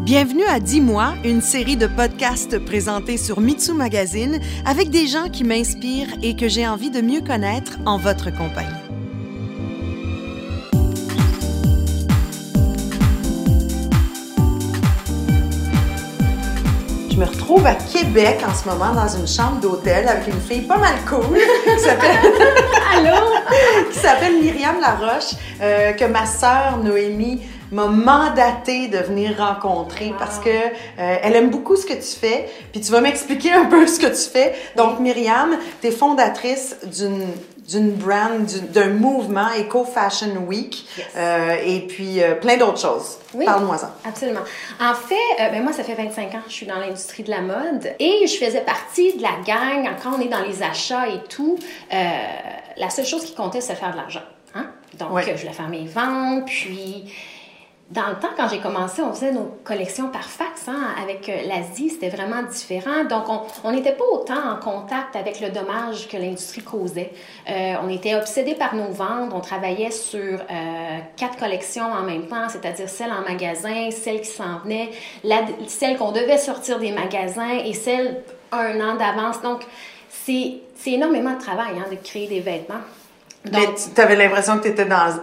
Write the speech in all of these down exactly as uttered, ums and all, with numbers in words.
Bienvenue à Dis-moi, une série de podcasts présentés sur Mitsu Magazine avec des gens qui m'inspirent et que j'ai envie de mieux connaître en votre compagnie. Je me retrouve à Québec en ce moment dans une chambre d'hôtel avec une fille pas mal cool qui s'appelle Allô? qui s'appelle Myriam Laroche, euh, que ma sœur Noémie m'a mandatée de venir rencontrer wow. parce que euh, elle aime beaucoup ce que tu fais, puis tu vas m'expliquer un peu ce que tu fais. Donc Myriam, tu es fondatrice d'une d'une brand, d'une, d'un mouvement Eco Fashion Week yes. euh, et puis euh, plein d'autres choses. Oui, parle-moi-en. Absolument. En fait, euh, ben moi, ça fait vingt-cinq ans que je suis dans l'industrie de la mode et je faisais partie de la gang. Quand on est dans les achats et tout, euh, la seule chose qui comptait, c'est faire de l'argent. Hein? Donc, oui. je voulais faire mes ventes, puis... Dans le temps, quand j'ai commencé, on faisait nos collections par fax hein, avec euh, l'Asie, c'était vraiment différent. Donc, on n'était pas autant en contact avec le dommage que l'industrie causait. Euh, on était obsédés par nos ventes. On travaillait sur euh, quatre collections en même temps, c'est-à-dire celle en magasin, celle qui s'en venait, la, celle qu'on devait sortir des magasins et celle un an d'avance. Donc, c'est, c'est énormément de travail hein, de créer des vêtements. Donc, mais tu avais l'impression que tu étais dans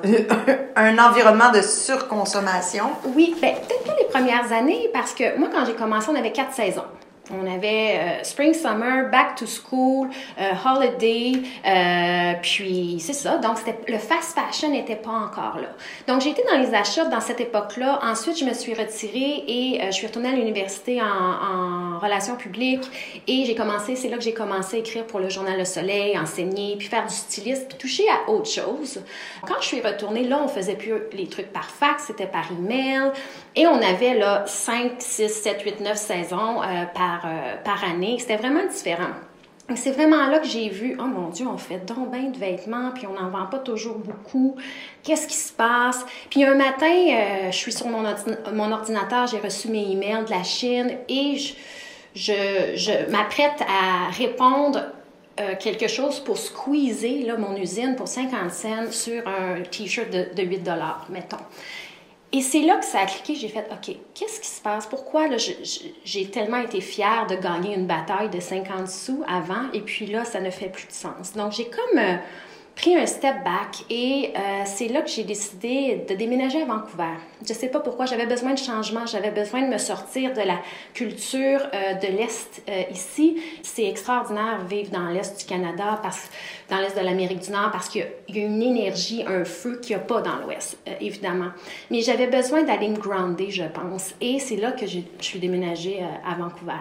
un environnement de surconsommation? Oui, bien, peut-être pas les premières années, parce que moi, quand j'ai commencé, on avait quatre saisons. On avait euh, Spring, Summer, Back to School, euh, Holiday, euh, puis c'est ça. Donc, c'était, le fast fashion n'était pas encore là. Donc, j'ai été dans les achats dans cette époque-là. Ensuite, je me suis retirée et euh, je suis retournée à l'université en, en relations publiques et j'ai commencé, c'est là que j'ai commencé à écrire pour le journal Le Soleil, enseigner, puis faire du stylisme, puis toucher à autre chose. Quand je suis retournée, là, on faisait plus les trucs par fax, c'était par email et on avait là cinq, six, sept, huit, neuf saisons euh, par Euh, par année. C'était vraiment différent. Et c'est vraiment là que j'ai vu, oh mon Dieu, on fait donc bien de vêtements, puis on n'en vend pas toujours beaucoup. Qu'est-ce qui se passe? Puis un matin, euh, je suis sur mon, ordina- mon ordinateur, j'ai reçu mes emails de la Chine et je, je, je m'apprête à répondre euh, quelque chose pour squeezer là, mon usine pour cinquante cents sur un T-shirt de, de huit dollars, mettons. Et c'est là que ça a cliqué, j'ai fait, OK, qu'est-ce qui se passe? Pourquoi là, je, je, j'ai tellement été fière de gagner une bataille de cinquante sous avant, et puis là, ça ne fait plus de sens. Donc, j'ai comme euh, pris un step back, et euh, c'est là que j'ai décidé de déménager à Vancouver. Je ne sais pas pourquoi, j'avais besoin de changement, j'avais besoin de me sortir de la culture euh, de l'Est euh, ici. C'est extraordinaire vivre dans l'Est du Canada, parce, dans l'Est de l'Amérique du Nord, parce qu'il y a, y a une énergie, un feu qu'il n'y a pas dans l'Ouest, euh, évidemment. Mais j'avais besoin d'aller me grounder, je pense. Et c'est là que je suis déménagée euh, à Vancouver.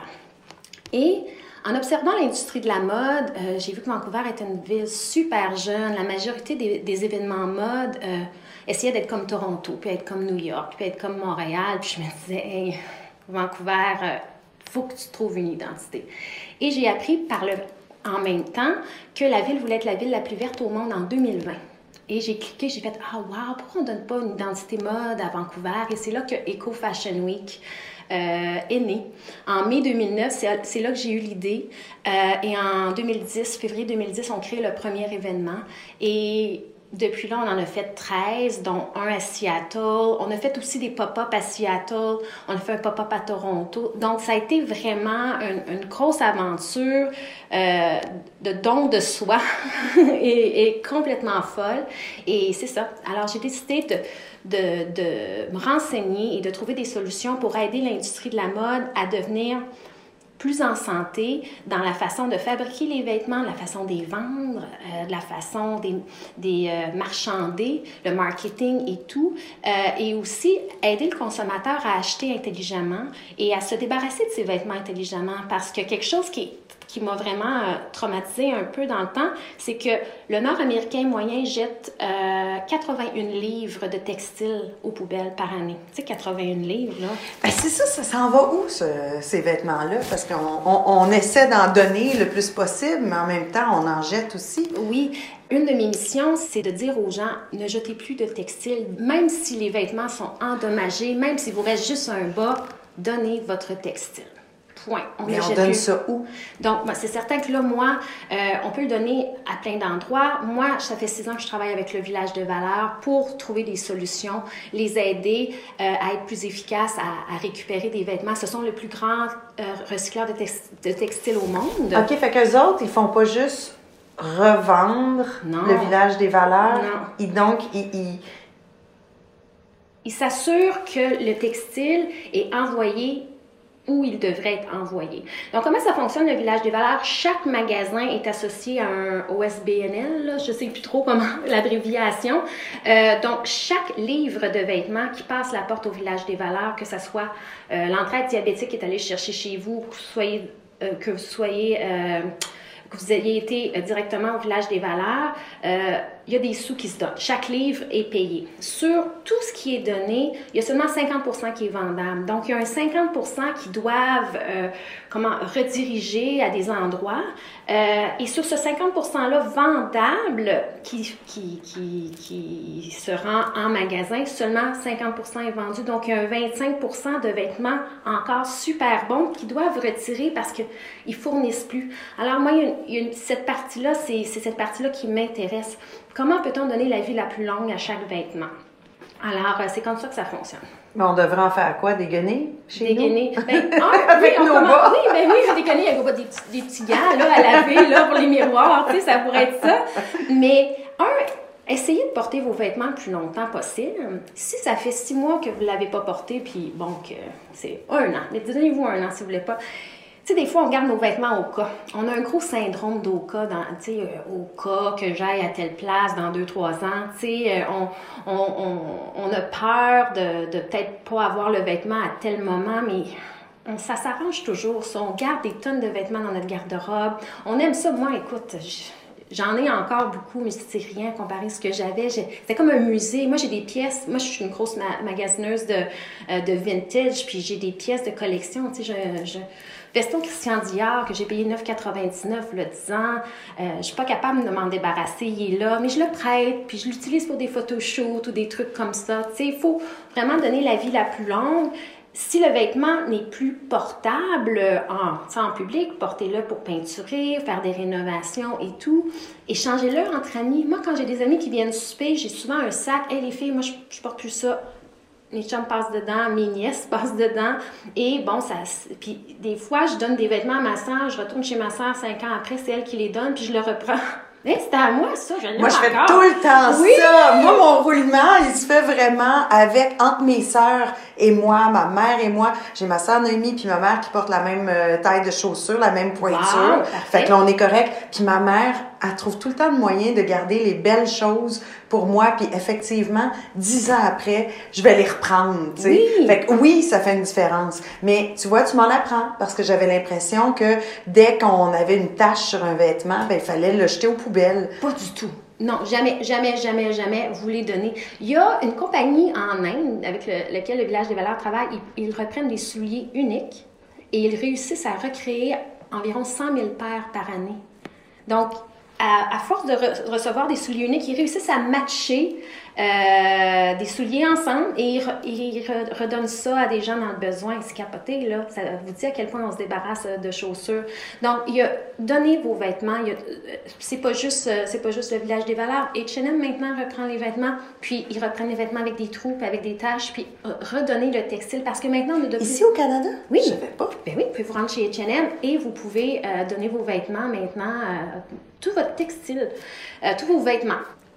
Et en observant l'industrie de la mode, euh, j'ai vu que Vancouver était une ville super jeune. La majorité des, des événements mode euh, essayaient d'être comme Toronto, puis être comme New York, puis être comme Montréal. Puis je me disais, hey, Vancouver, il euh, faut que tu trouves une identité. Et j'ai appris par le, en même temps que la ville voulait être la ville la plus verte au monde en deux mille vingt. Et j'ai cliqué, j'ai fait « Ah, wow, pourquoi on ne donne pas une identité mode à Vancouver? » Et c'est là que Eco Fashion Week euh, est né. En mai deux mille neuf, c'est, c'est là que j'ai eu l'idée. Euh, et en deux mille dix, février deux mille dix, on crée le premier événement. Et depuis là, on en a fait treize, dont un à Seattle. On a fait aussi des pop-up à Seattle. On a fait un pop-up à Toronto. Donc, ça a été vraiment une, une grosse aventure euh, de don de soi et, et complètement folle. Et c'est ça. Alors, j'ai décidé de, de, de me renseigner et de trouver des solutions pour aider l'industrie de la mode à devenir plus en santé dans la façon de fabriquer les vêtements, la façon de les vendre, euh, la façon des, des euh, marchander, le marketing et tout, euh, et aussi aider le consommateur à acheter intelligemment et à se débarrasser de ses vêtements intelligemment, parce que quelque chose qui, qui m'a vraiment euh, traumatisée un peu dans le temps, c'est que le Nord-Américain moyen jette euh, quatre-vingt-un livres de textiles aux poubelles par année. Tu sais, quatre-vingt-un livres, là. Ben c'est ça, ça s'en va où, ce, ces vêtements-là? Parce qu'on on, on essaie d'en donner le plus possible, mais en même temps, on en jette aussi. Oui. Une de mes missions, c'est de dire aux gens, ne jetez plus de textiles, même si les vêtements sont endommagés, même s'il vous reste juste un bas, donnez votre textile. Point. On Mais on donne plus. Ça où? Donc, ben, c'est certain que là, moi, euh, on peut le donner à plein d'endroits. Moi, ça fait six ans que je travaille avec le Village de valeurs pour trouver des solutions, les aider euh, à être plus efficaces, à, à récupérer des vêtements. Ce sont les plus grands euh, recycleurs de, tex de textiles au monde. OK, fait qu'eux autres, ils font pas juste revendre non. le Village des valeurs. Non. Et donc, ils... ils... Ils s'assurent que le textile est envoyé où il devrait être envoyé. Donc, comment ça fonctionne, le Village des valeurs? Chaque magasin est associé à un O S B N L, là, je ne sais plus trop comment l'abréviation. Euh, donc, chaque livre de vêtements qui passe la porte au Village des valeurs, que ce soit euh, l'entraide diabétique qui est allée chercher chez vous, que vous soyez, euh, que vous soyez euh, que vous ayez été euh, directement au Village des valeurs, euh, il y a des sous qui se donnent. Chaque livre est payé. Sur tout ce qui est donné, il y a seulement cinquante pour cent qui est vendable. Donc, il y a un cinquante pour cent qui doivent euh, comment, rediriger à des endroits. Euh, et sur ce cinquante pour cent-là vendable qui, qui, qui, qui se rend en magasin, seulement cinquante pour cent est vendu. Donc, il y a un vingt-cinq pour cent de vêtements encore super bons qui doivent retirer parce qu'ils ne fournissent plus. Alors, moi, il y a, une, il y a une, cette partie-là, c'est cette partie-là qui m'intéresse. Comment peut-on donner la vie la plus longue à chaque vêtement? Alors, c'est comme ça que ça fonctionne. Mais on devrait en faire quoi? Dégainer chez dégainer. nous? Ben, un, Avec oui, nos commence, bas. Oui, ben oui, dégainer avec des, petits, des petits gants là, à laver là, pour les miroirs, tu sais, ça pourrait être ça. Mais, un, essayez de porter vos vêtements le plus longtemps possible. Si ça fait six mois que vous ne l'avez pas porté, puis bon, que c'est un an, mais donnez-vous un an si vous ne voulez pas. Tu sais, des fois, on garde nos vêtements au cas. On a un gros syndrome d'au cas, tu sais, euh, au cas que j'aille à telle place dans deux, trois ans. Tu sais, euh, on, on, on, on a peur de, de peut-être pas avoir le vêtement à tel moment, mais on, ça s'arrange toujours, ça. On garde des tonnes de vêtements dans notre garde-robe. On aime ça. Moi, écoute, j'en ai encore beaucoup, mais c'est rien comparé à ce que j'avais. C'était comme un musée. Moi, j'ai des pièces. Moi, je suis une grosse ma magasineuse de, euh, de vintage, puis j'ai des pièces de collection. Tu sais, je... je Veston Christian Dior, que j'ai payé neuf quatre-vingt-dix-neuf le dix ans, euh, je suis pas capable de m'en débarrasser, il est là, mais je le prête, puis je l'utilise pour des photoshoots ou des trucs comme ça. Tu sais, il faut vraiment donner la vie la plus longue. Si le vêtement n'est plus portable en, en public, portez-le pour peinturer, faire des rénovations et tout. Échangez-le entre amis. Moi, quand j'ai des amis qui viennent souper, j'ai souvent un sac. « Hey, les filles, moi, je, je porte plus ça. » Mes chums passent dedans, mes nièces passent dedans. Et bon, ça... Puis des fois, je donne des vêtements à ma soeur, je retourne chez ma soeur cinq ans après, c'est elle qui les donne, puis je le reprends. Mais c'était à moi, ça, je l'aime Moi, je fais encore. tout le temps oui. ça. Moi, mon roulement, il se fait vraiment avec, entre mes sœurs et moi, ma mère et moi. J'ai ma sœur Noémie puis ma mère qui porte la même euh, taille de chaussures, la même pointure. Wow, fait que là, on est correct. Puis ma mère, elle trouve tout le temps de moyen de garder les belles choses pour moi. Puis effectivement, dix ans après, je vais les reprendre, tu sais. Oui. Fait que oui, ça fait une différence. Mais tu vois, tu m'en apprends parce que j'avais l'impression que dès qu'on avait une tache sur un vêtement, ben il fallait le jeter aux poubelles. Pas du tout. Non, jamais, jamais, jamais, jamais vous les donnez. Il y a une compagnie en Inde avec le, laquelle le Village des valeurs travaille. Ils, ils reprennent des souliers uniques et ils réussissent à recréer environ cent mille paires par année. Donc, à, à force de re, recevoir des souliers uniques, ils réussissent à matcher euh, des souliers ensemble et ils, re, ils re, redonnent ça à des gens dans le besoin. C'est capoté, là. Ça vous dit à quel point on se débarrasse de chaussures. Donc, il y a, donnez vos vêtements. Il y a, c'est pas juste, c'est pas juste le Village des valeurs. H and M maintenant reprend les vêtements, puis ils reprennent les vêtements avec des trous, puis avec des taches, puis euh, redonner le textile parce que maintenant on a de plus... Ici au Canada? Oui. Je savais pas. Ben oui, vous pouvez vous rendre chez H and M et vous pouvez euh, donner vos vêtements maintenant, euh, tout votre textile, euh, tous vos vêtements.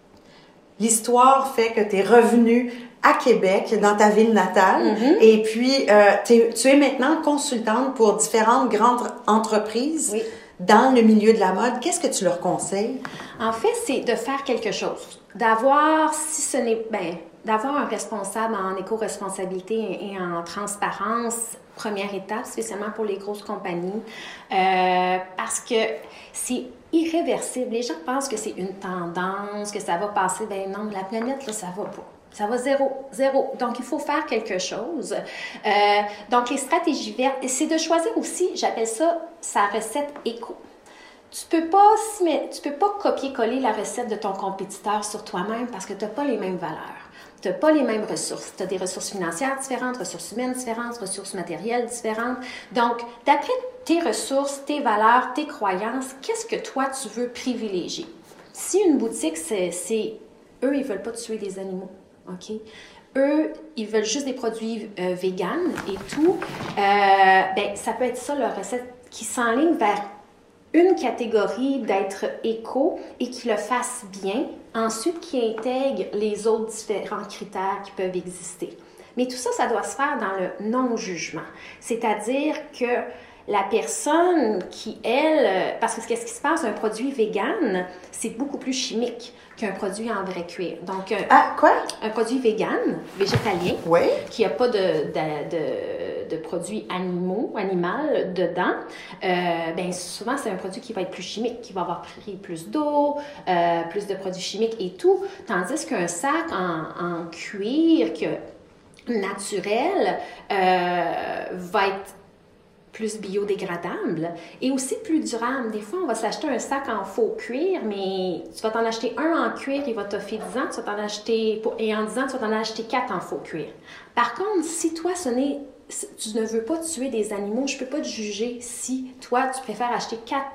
L'histoire fait que tu es revenue à Québec, dans ta ville natale, mm-hmm. et puis euh, t'es, tu es maintenant consultante pour différentes grandes entreprises oui. dans le milieu de la mode. Qu'est-ce que tu leur conseilles? En fait, c'est de faire quelque chose. D'avoir, si ce n'est... Ben, d'avoir un responsable en éco-responsabilité et en transparence, première étape, spécialement pour les grosses compagnies, euh, parce que c'est irréversible. Les gens pensent que c'est une tendance, que ça va passer. Ben non, la planète, là, ça va pas. Ça va zéro, zéro. Donc, il faut faire quelque chose. Euh, donc, les stratégies vertes, c'est de choisir aussi, j'appelle ça, sa recette éco. Tu peux pas, tu peux pas copier-coller la recette de ton compétiteur sur toi-même parce que tu n'as pas les mêmes valeurs. Tu n'as pas les mêmes ressources. Tu as des ressources financières différentes, ressources humaines différentes, ressources matérielles différentes. Donc, d'après tes ressources, tes valeurs, tes croyances, qu'est-ce que toi, tu veux privilégier? Si une boutique, c'est, c'est eux, ils ne veulent pas tuer des animaux, OK? Eux, ils veulent juste des produits euh, véganes et tout. Euh, ben, ça peut être ça, leur recette, qui s'enligne vers une catégorie d'être éco et qui le fasse bien. Ensuite, qui intègre les autres différents critères qui peuvent exister. Mais tout ça, ça doit se faire dans le non-jugement. C'est-à-dire que la personne qui, elle... Parce que qu'est-ce qui se passe? Un produit vegan, c'est beaucoup plus chimique qu'un produit en vrai cuir. Donc, ah, quoi? Un produit vegan, végétalien, oui. qui n'a pas de, de, de, de produits animaux, animal dedans, euh, bien souvent, c'est un produit qui va être plus chimique, qui va avoir pris plus d'eau, euh, plus de produits chimiques et tout. Tandis qu'un sac en, en cuir que, naturel euh, va être plus biodégradable et aussi plus durable. Des fois, on va s'acheter un sac en faux cuir, mais tu vas t'en acheter un en cuir, il va t'offrir dix ans, tu vas t'en acheter, pour, et en dix ans, tu vas t'en acheter quatre en faux cuir. Par contre, si toi, ce n'est, tu ne veux pas tuer des animaux, je ne peux pas te juger si toi, tu préfères acheter quatre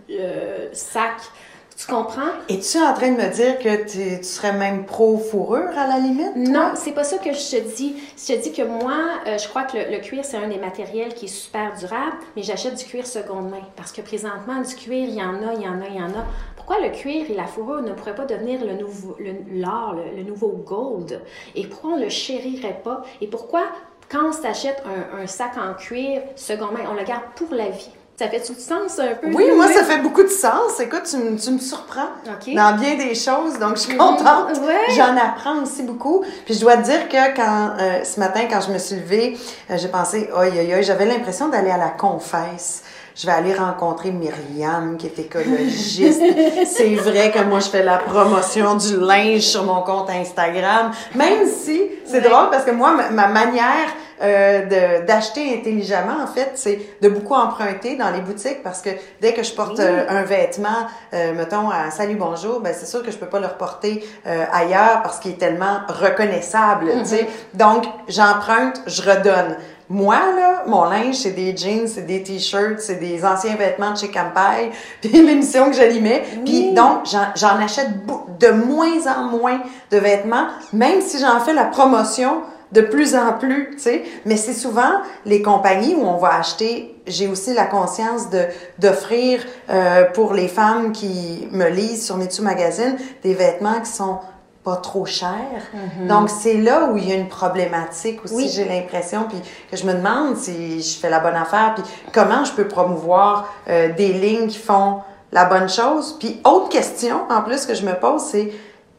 euh, sacs. Tu comprends? Es-tu en train de me dire que tu serais même pro-fourrure à la limite? Toi? Non, c'est pas ça que je te dis. Je te dis que moi, euh, je crois que le, le cuir, c'est un des matériels qui est super durable, mais j'achète du cuir seconde main. Parce que présentement, du cuir, il y en a, il y en a, il y en a. Pourquoi le cuir et la fourrure ne pourraient pas devenir le nouveau, le, l'or, le, le nouveau gold? Et pourquoi on ne le chérirait pas? Et pourquoi, quand on s'achète un, un sac en cuir seconde main, on le garde pour la vie? Ça fait tout le sens un peu? Oui, moi, ça fait beaucoup de sens. Écoute, tu, me, tu me surprends okay. dans bien des choses, donc je suis contente. Mmh, ouais. J'en apprends aussi beaucoup. Puis je dois te dire que quand euh, ce matin, quand je me suis levée, euh, j'ai pensé, aïe, aïe, aïe, j'avais l'impression d'aller à la confesse. Je vais aller rencontrer Myriam, qui est écologiste. C'est vrai que moi, je fais la promotion du linge sur mon compte Instagram. Même si, c'est ouais. drôle parce que moi, ma, ma manière euh, de, d'acheter intelligemment, en fait, c'est de beaucoup emprunter dans les boutiques parce que dès que je porte euh, un vêtement, euh, mettons, à Salut Bonjour, ben c'est sûr que je peux pas le reporter euh, ailleurs parce qu'il est tellement reconnaissable, mm-hmm. tu sais. Donc, j'emprunte, je redonne. Moi, là, mon linge, c'est des jeans, c'est des t-shirts, c'est des anciens vêtements de chez Campagne, puis l'émission que j'allumais. Oui. Puis donc, j'en, j'en achète de moins en moins de vêtements, même si j'en fais la promotion de plus en plus, tu sais. Mais c'est souvent les compagnies où on va acheter. J'ai aussi la conscience de d'offrir euh, pour les femmes qui me lisent sur Metsu Magazine des vêtements qui sont pas trop cher. Mm-hmm. Donc, c'est là où il y a une problématique aussi, oui. j'ai l'impression, puis que je me demande si je fais la bonne affaire, puis comment je peux promouvoir euh, des lignes qui font la bonne chose. Puis, autre question, en plus, que je me pose, c'est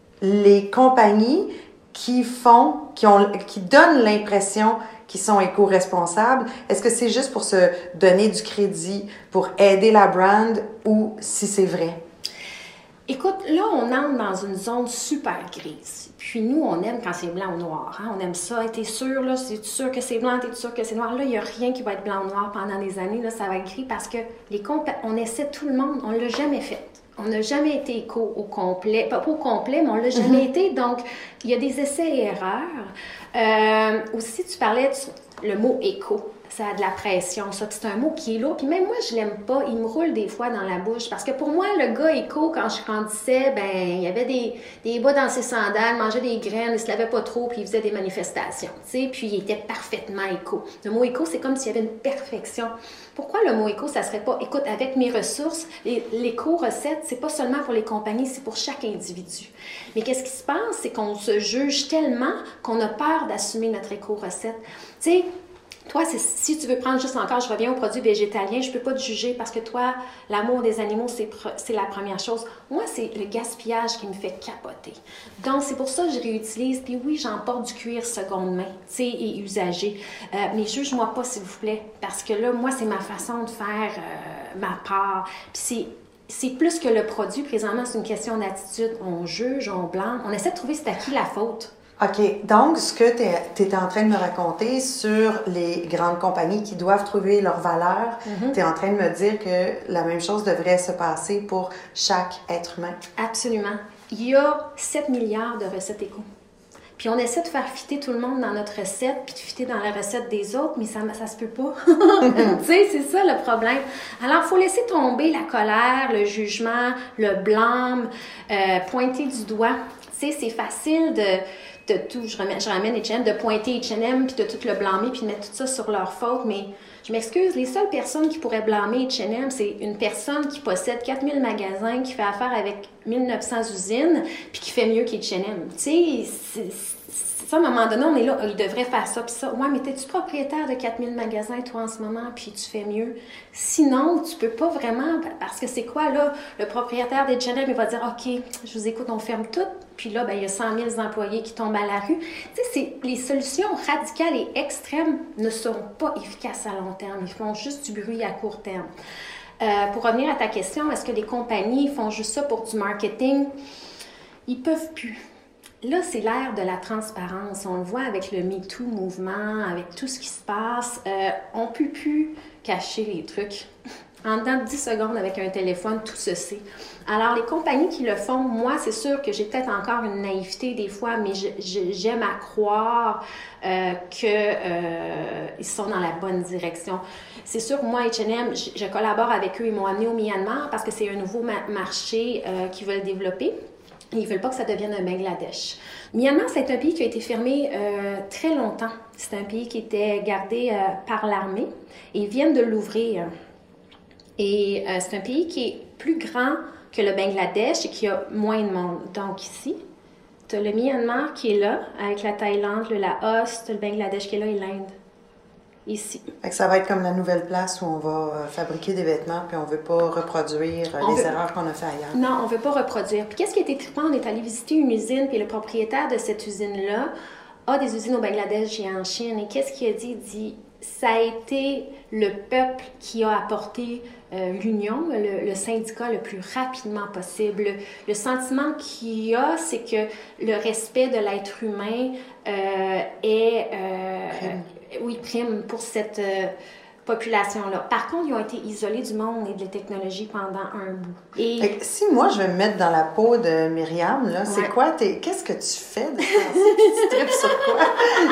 les compagnies qui font, qui ont, qui donnent l'impression qu'ils sont éco-responsables, est-ce que c'est juste pour se donner du crédit, pour aider la brand, ou si c'est vrai? Écoute, là, on entre dans une zone super grise. Puis nous, on aime quand c'est blanc ou noir. Hein? On aime ça. T'es sûr, là? T'es sûr que c'est blanc? T'es sûr que c'est noir? Là, il n'y a rien qui va être blanc ou noir pendant des années. Là, ça va être gris parce que les compa- on essaie tout le monde. On ne l'a jamais fait. On n'a jamais été éco au complet. Pas au complet, mais on ne l'a jamais mm-hmm. été. Donc, il y a des essais et erreurs. Euh, aussi, tu parlais du le mot éco. Ça a de la pression, ça. Puis c'est un mot qui est lourd. Puis même moi, je l'aime pas. Il me roule des fois dans la bouche. Parce que pour moi, le gars éco, quand je grandissais, ben, il y avait des, des bas dans ses sandales, mangeait des graines, il se lavait pas trop, puis il faisait des manifestations. Tu sais, puis il était parfaitement éco. Le mot éco, c'est comme s'il y avait une perfection. Pourquoi le mot éco, ça serait pas, écoute, avec mes ressources, les, l'éco-recette, c'est pas seulement pour les compagnies, c'est pour chaque individu. Mais qu'est-ce qui se passe, c'est qu'on se juge tellement qu'on a peur d'assumer notre éco-recette. Tu sais, toi, c'est, si tu veux prendre juste encore, je reviens aux produits végétaliens, je ne peux pas te juger parce que toi, l'amour des animaux, c'est, c'est la première chose. Moi, c'est le gaspillage qui me fait capoter. Donc, c'est pour ça que je réutilise. Puis oui, j'emporte du cuir seconde main, tu sais, et usagé. Euh, mais juge-moi pas, s'il vous plaît, parce que là, moi, c'est ma façon de faire euh, ma part. Puis c'est... C'est plus que le produit. Présentement, c'est une question d'attitude. On juge, on blâme. On essaie de trouver c'est à qui la faute. OK. Donc, ce que tu étais en train de me raconter sur les grandes compagnies qui doivent trouver leur valeur, mm-hmm. tu es en train de me dire que la même chose devrait se passer pour chaque être humain. Absolument. Il y a sept milliards de recettes éco. Puis on essaie de faire fitter tout le monde dans notre recette, puis de fitter dans la recette des autres, mais ça, ça se peut pas. Tu sais, c'est ça le problème. Alors, il faut laisser tomber la colère, le jugement, le blâme, euh, pointer du doigt. Tu sais, c'est facile de, de tout, je ramène, je ramène H and M, de pointer H and M, puis de tout le blâmer, puis de mettre tout ça sur leur faute, mais je m'excuse, les seules personnes qui pourraient blâmer H and M, c'est une personne qui possède quatre mille magasins, qui fait affaire avec mille neuf cents usines, puis qui fait mieux qu'H and M. Tu sais, c'est, c'est, ça, à un moment donné, on est là, il devrait faire ça, puis ça. Ouais, mais t'es-tu propriétaire de quatre mille magasins, toi, en ce moment, puis tu fais mieux? Sinon, tu peux pas vraiment, parce que c'est quoi, là, le propriétaire d'H and M, il va dire, OK, je vous écoute, on ferme tout, puis là, ben, il y a cent mille employés qui tombent à la rue. Tu sais, les solutions radicales et extrêmes ne seront pas efficaces à long terme. Ils font juste du bruit à court terme. Euh, pour revenir à ta question, est-ce que les compagnies font juste ça pour du marketing? Ils peuvent plus. Là, c'est l'ère de la transparence. On le voit avec le MeToo mouvement, avec tout ce qui se passe. Euh, on ne peut plus cacher les trucs. En dedans de dix secondes, avec un téléphone, tout se sait. Alors, les compagnies qui le font, moi, c'est sûr que j'ai peut-être encore une naïveté des fois, mais je, je, j'aime à croire euh, qu'ils euh, sont dans la bonne direction. C'est sûr que moi, H and M, je, je collabore avec eux. Ils m'ont amené au Myanmar parce que c'est un nouveau ma- marché euh, qu'ils veulent développer. Et ils ne veulent pas que ça devienne un Bangladesh. Myanmar, c'est un pays qui a été fermé euh, très longtemps. C'est un pays qui était gardé euh, par l'armée. Et ils viennent de l'ouvrir. Et euh, c'est un pays qui est plus grand que le Bangladesh et qui a moins de monde. Donc ici, tu as le Myanmar qui est là, avec la Thaïlande, le Laos, tu as le Bangladesh qui est là et l'Inde. Ici. Fait que ça va être comme la nouvelle place où on va euh, fabriquer des vêtements puis on ne veut pas reproduire euh, les veut... erreurs qu'on a fait ailleurs. Non, on ne veut pas reproduire. Puis qu'est-ce qui a été trippant? On est allé visiter une usine puis le propriétaire de cette usine-là a des usines au Bangladesh et en Chine. Et qu'est-ce qu'il a dit? Il dit, ça a été le peuple qui a apporté euh, l'union, le, le syndicat le plus rapidement possible. Le, le sentiment qu'il y a, c'est que le respect de l'être humain euh, est... Euh, oui, prime pour cette euh, population-là. Par contre, ils ont été isolés du monde et de la technologie pendant un bout. Et... Fait que si moi, je vais me mettre dans la peau de Myriam, là, ouais. c'est quoi? T'es... Qu'est-ce que tu fais de penser? Tu tripes sur quoi?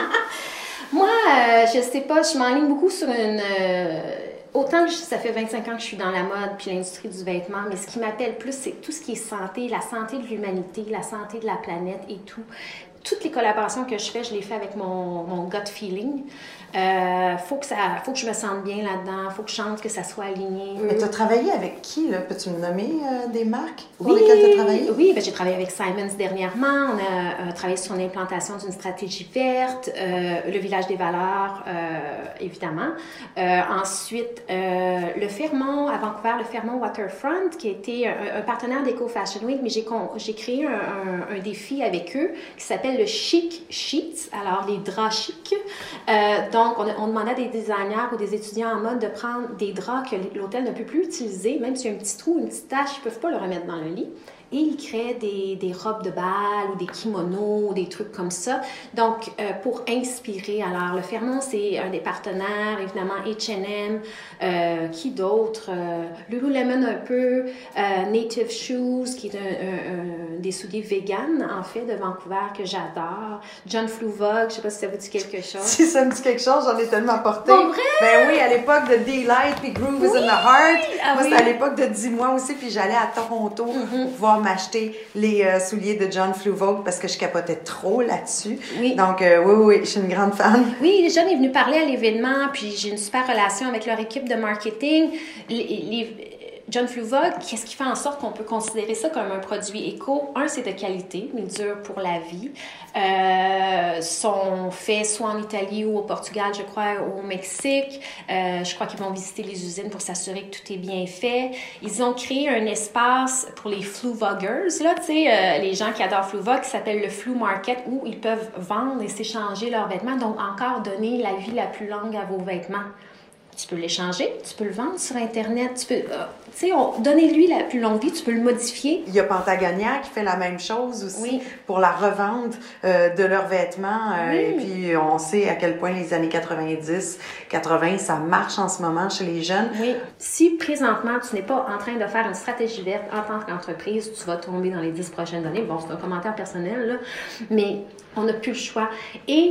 Moi, euh, je sais pas, je m'enligne beaucoup sur une... Euh, autant que je, ça fait vingt-cinq ans que je suis dans la mode puis l'industrie du vêtement, mais ce qui m'appelle plus, c'est tout ce qui est santé, la santé de l'humanité, la santé de la planète et tout. Toutes les collaborations que je fais, je les fais avec mon, mon gut feeling. Euh, faut que ça, faut que je me sente bien là-dedans, faut que je chante, que ça soit aligné. Mais tu as travaillé avec qui, là? Peux-tu me nommer euh, des marques pour oui, lesquelles tu as travaillé? Oui, ben, j'ai travaillé avec Simons dernièrement. On a euh, travaillé sur l'implantation d'une stratégie verte, euh, le village des valeurs, euh, évidemment. Euh, ensuite, euh, le Fermont, à Vancouver, le Fermont Waterfront, qui a été un, un partenaire d'Eco Fashion Week, mais j'ai, j'ai créé un, un, un défi avec eux qui s'appelle le Chic Sheets, alors les draps chics. Euh, donc, on, on demandait à des designers ou des étudiants en mode de prendre des draps que l'hôtel ne peut plus utiliser, même s'il y a un petit trou, une petite tache, ils ne peuvent pas le remettre dans le lit. Et ils créaient des, des robes de bal ou des kimonos, des trucs comme ça. Donc, euh, pour inspirer. Alors, le Fermont, c'est un des partenaires, évidemment, H and M, euh, qui d'autre? Euh, Lululemon un peu, euh, Native Shoes, qui est un, un, un, des souliers vegan, en fait, de Vancouver, que j'adore. John Fluvog, je ne sais pas si ça vous dit quelque chose. Si ça me dit quelque chose, j'en ai tellement porté. Bon, vrai? Ben oui, à l'époque de Daylight puis Groove is oui. in the Heart. Ah, Moi, oui. c'était à l'époque de dix mois aussi, puis j'allais à Toronto mm-hmm. pour pouvoir m'acheter les euh, souliers de John Fluvog parce que je capotais trop là-dessus. Oui. Donc, euh, oui, oui, je suis une grande fan. Oui, John est venu parler à l'événement, puis j'ai une super relation avec leur équipe de marketing. Les, les, John Fluvog, qu'est-ce qui fait en sorte qu'on peut considérer ça comme un produit éco? Un, c'est de qualité, mais dur pour la vie. Euh, sont faits soit en Italie ou au Portugal, je crois, ou au Mexique. Euh, je crois qu'ils vont visiter les usines pour s'assurer que tout est bien fait. Ils ont créé un espace pour les Fluvoggers, là, tu sais, euh, les gens qui adorent Fluvog, qui s'appelle le Flu Market, où ils peuvent vendre et s'échanger leurs vêtements, donc encore donner la vie la plus longue à vos vêtements. Tu peux l'échanger, tu peux le vendre sur Internet, tu peux, euh, tu sais, donnez-lui la plus longue vie, tu peux le modifier. Il y a Pentagonia qui fait la même chose aussi oui. pour la revente euh, de leurs vêtements. Euh, oui. Et puis, on sait à quel point les années quatre-vingt-dix, quatre-vingts, ça marche en ce moment chez les jeunes. Oui. Si présentement, tu n'es pas en train de faire une stratégie verte en tant qu'entreprise, tu vas tomber dans les dix prochaines années. Bon, c'est un commentaire personnel, là, mais on n'a plus le choix. Et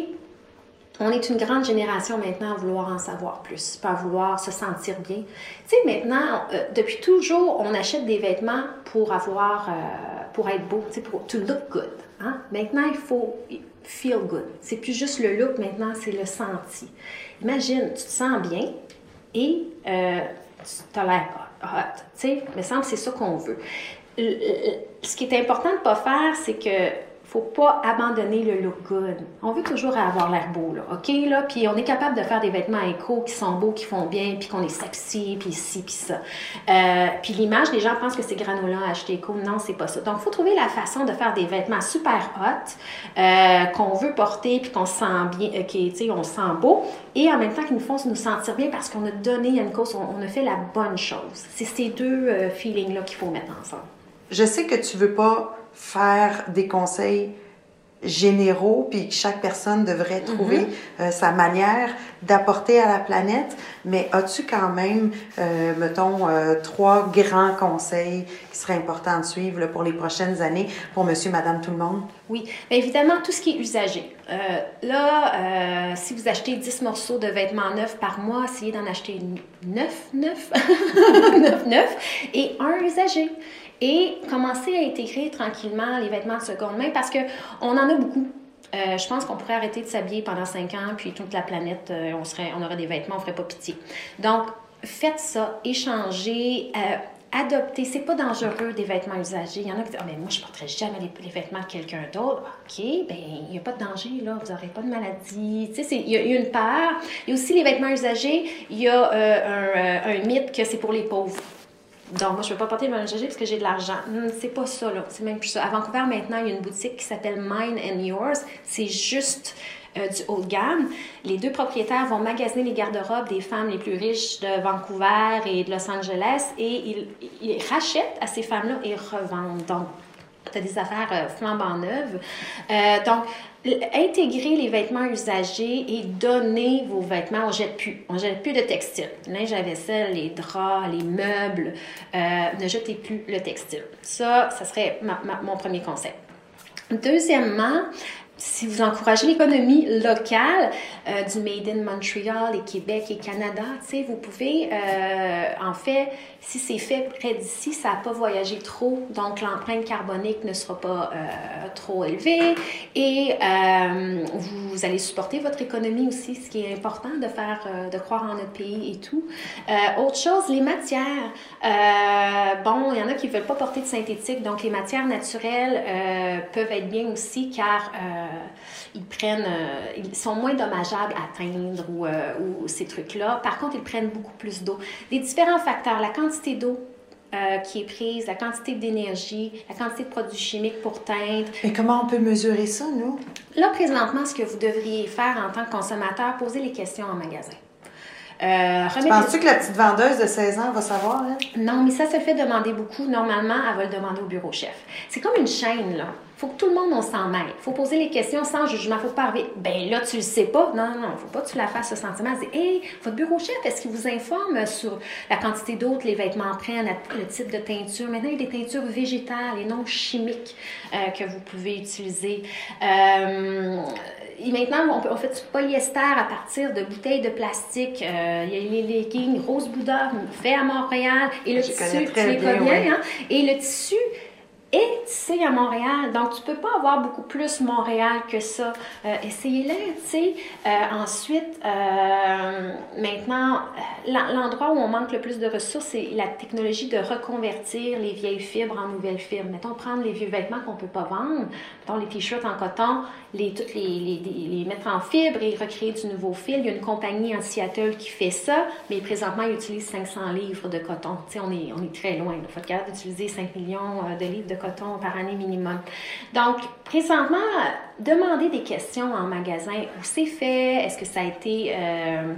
on est une grande génération maintenant à vouloir en savoir plus, pas à vouloir se sentir bien. Tu sais, maintenant, euh, depuis toujours, on achète des vêtements pour avoir, euh, pour être beau, tu sais, pour to look good. Hein? Maintenant, il faut feel good. C'est plus juste le look, maintenant, c'est le senti. Imagine, tu te sens bien et euh, tu as l'air hot, tu sais, il me semble que c'est ça qu'on veut. Le, le, ce qui est important de ne pas faire, c'est que faut pas abandonner le look good. On veut toujours avoir l'air beau, là, OK? Là? Puis on est capable de faire des vêtements éco qui sont beaux, qui font bien, puis qu'on est sexy, puis ci, puis ça. Euh, puis l'image, les gens pensent que c'est granola acheté éco. Non, c'est pas ça. Donc, il faut trouver la façon de faire des vêtements super hot, euh, qu'on veut porter, puis qu'on se sent bien, OK, tu sais, on se sent beau, et en même temps qu'ils nous font nous sentir bien parce qu'on a donné à une cause, on, on a fait la bonne chose. C'est ces deux euh, feelings-là qu'il faut mettre ensemble. Je sais que tu veux pas faire des conseils généraux, puis que chaque personne devrait trouver mm-hmm. euh, sa manière d'apporter à la planète, mais as-tu quand même, euh, mettons, euh, trois grands conseils qui seraient importants de suivre là, pour les prochaines années pour monsieur, madame, tout le monde? Oui, bien évidemment, tout ce qui est usagé. Euh, là, euh, si vous achetez dix morceaux de vêtements neufs par mois, essayez d'en acheter neuf, neuf, neuf, neuf, et un usagé. Et commencer à intégrer tranquillement les vêtements de seconde main parce qu'on en a beaucoup. Euh, je pense qu'on pourrait arrêter de s'habiller pendant cinq ans, puis toute la planète, euh, on, serait, on aurait des vêtements, on ne ferait pas pitié. Donc, faites ça, échangez, euh, adoptez. C'est pas dangereux des vêtements usagés. Il y en a qui disent « Ah, mais moi, je ne porterai jamais les, les vêtements de quelqu'un d'autre. » OK, bien, il n'y a pas de danger, là. Vous n'aurez pas de maladie. Tu sais, il y, y a une part. Il y a aussi les vêtements usagés. Il y a euh, un, un mythe que c'est pour les pauvres. Donc, moi, je ne veux pas porter le vêtement usagé parce que j'ai de l'argent. Hum, c'est pas ça, là. C'est même plus ça. À Vancouver, maintenant, il y a une boutique qui s'appelle Mine and Yours. C'est juste euh, du haut de gamme. Les deux propriétaires vont magasiner les garde-robes des femmes les plus riches de Vancouver et de Los Angeles et ils, ils rachètent à ces femmes-là et revendent. Donc, tu as des affaires euh, flambant neuves. Euh, donc, intégrer les vêtements usagés et donner vos vêtements. On ne jette plus. On ne jette plus de textile. Linge à vaisselle, les draps, les meubles. Euh, ne jetez plus le textile. Ça, ça serait ma, ma, mon premier conseil. Deuxièmement, si vous encouragez l'économie locale euh, du Made in Montreal et Québec et Canada, tu sais, vous pouvez, euh, en fait, si c'est fait près d'ici, ça n'a pas voyagé trop, donc l'empreinte carbonique ne sera pas euh, trop élevée et euh, vous, vous allez supporter votre économie aussi, ce qui est important de faire, euh, de croire en notre pays et tout. Euh, autre chose, les matières. Euh, bon, il y en a qui ne veulent pas porter de synthétique, donc les matières naturelles euh, peuvent être bien aussi car euh, ils prennent, euh, ils sont moins dommageables à atteindre ou, euh, ou ces trucs-là. Par contre, ils prennent beaucoup plus d'eau. Les différents facteurs, la quantité d'eau euh, qui est prise, la quantité d'énergie, la quantité de produits chimiques pour teindre. Et comment on peut mesurer ça, nous? Là, présentement, ce que vous devriez faire en tant que consommateur, poser les questions en magasin. Euh, Penses-tu que la petite vendeuse de seize ans va savoir? Hein? Non, mais ça se fait demander beaucoup. Normalement, elle va le demander au bureau chef. C'est comme une chaîne, là. Il faut que tout le monde, on s'en mêle. Il faut poser les questions sans jugement. Il ne faut pas arriver. Ben là, tu le sais pas. Non, non, il ne faut pas que tu la fasses ce sentiment. Dire, hey, votre bureau chef, est-ce qu'il vous informe sur la quantité d'eau que les vêtements prennent, le type de teinture? Maintenant, il y a des teintures végétales et non chimiques euh, que vous pouvez utiliser. Euh, Et maintenant, on, peut, on fait du polyester à partir de bouteilles de plastique. Euh, il y a les leggings Rose Bouddha, fait à Montréal. Et le Je tissu, tu très les bien, connais, oui. hein? Et le tissu est tissé à Montréal. Donc, tu ne peux pas avoir beaucoup plus Montréal que ça. Euh, essayez-le, tu sais. Euh, ensuite, euh, maintenant, l'endroit où on manque le plus de ressources, c'est la technologie de reconvertir les vieilles fibres en nouvelles fibres. Mettons, prendre les vieux vêtements qu'on ne peut pas vendre, mettons les t-shirts en coton, les, toutes les, les, les, les mettre en fibre et recréer du nouveau fil. Il y a une compagnie en Seattle qui fait ça, mais présentement, ils utilisent cinq cents livres de coton. Tu sais, on est, on est très loin. Il faut être capable d'utiliser cinq millions de livres de coton par année minimum. Donc, présentement, demandez des questions en magasin. Où c'est fait? Est-ce que ça a été... Euh,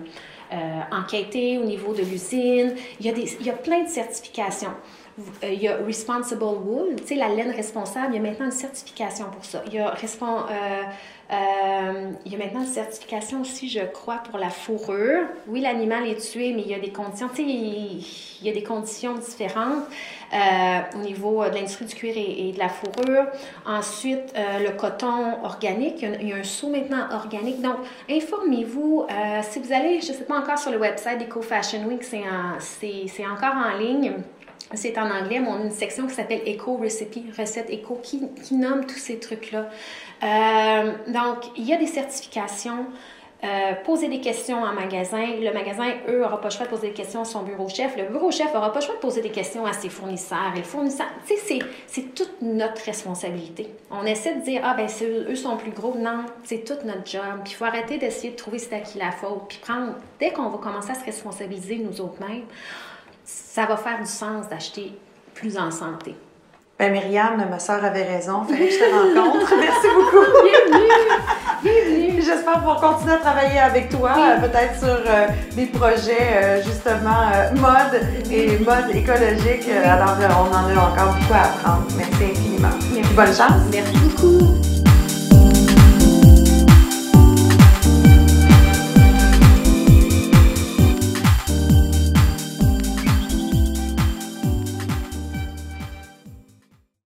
euh, enquêter au niveau de l'usine. Il y a des, il y a plein de certifications. Euh, il y a Responsible Wool, tu sais, la laine responsable, il y a maintenant une certification pour ça. Il y a, respon- euh, euh, il y a maintenant une certification aussi, je crois, pour la fourrure. Oui, l'animal est tué, mais il y a des conditions, tu sais, il, il y a des conditions différentes euh, au niveau de l'industrie du cuir et, et de la fourrure. Ensuite, euh, le coton organique, il y, a, il y a un saut maintenant organique. Donc, informez-vous. Euh, si vous allez, je ne sais pas encore sur le website d'Eco Fashion Week, c'est, en, c'est, c'est encore en ligne. C'est en anglais, mais on a une section qui s'appelle Eco Recipe, recettes éco, qui, qui nomme tous ces trucs-là. Euh, donc, il y a des certifications. Euh, poser des questions en magasin. Le magasin, eux, n'aura pas le choix de poser des questions à son bureau-chef. Le bureau-chef n'aura pas le choix de poser des questions à ses fournisseurs. Et le fournisseur, tu sais, c'est, c'est toute notre responsabilité. On essaie de dire, ah, ben, c'est, eux sont plus gros. Non, c'est tout notre job. Puis il faut arrêter d'essayer de trouver c'est à qui la faute. Puis prendre, dès qu'on va commencer à se responsabiliser nous autres mêmes, ça va faire du sens d'acheter plus en santé. Ben Myriam, ma soeur avait raison, il fallait que je te rencontre. Merci beaucoup. Bienvenue! Bienvenue! J'espère pouvoir continuer à travailler avec toi, oui. euh, peut-être sur euh, des projets euh, justement euh, mode et mode écologique. Oui. Alors, euh, on en a encore beaucoup à apprendre. Merci infiniment. Merci. Bonne chance. Merci beaucoup.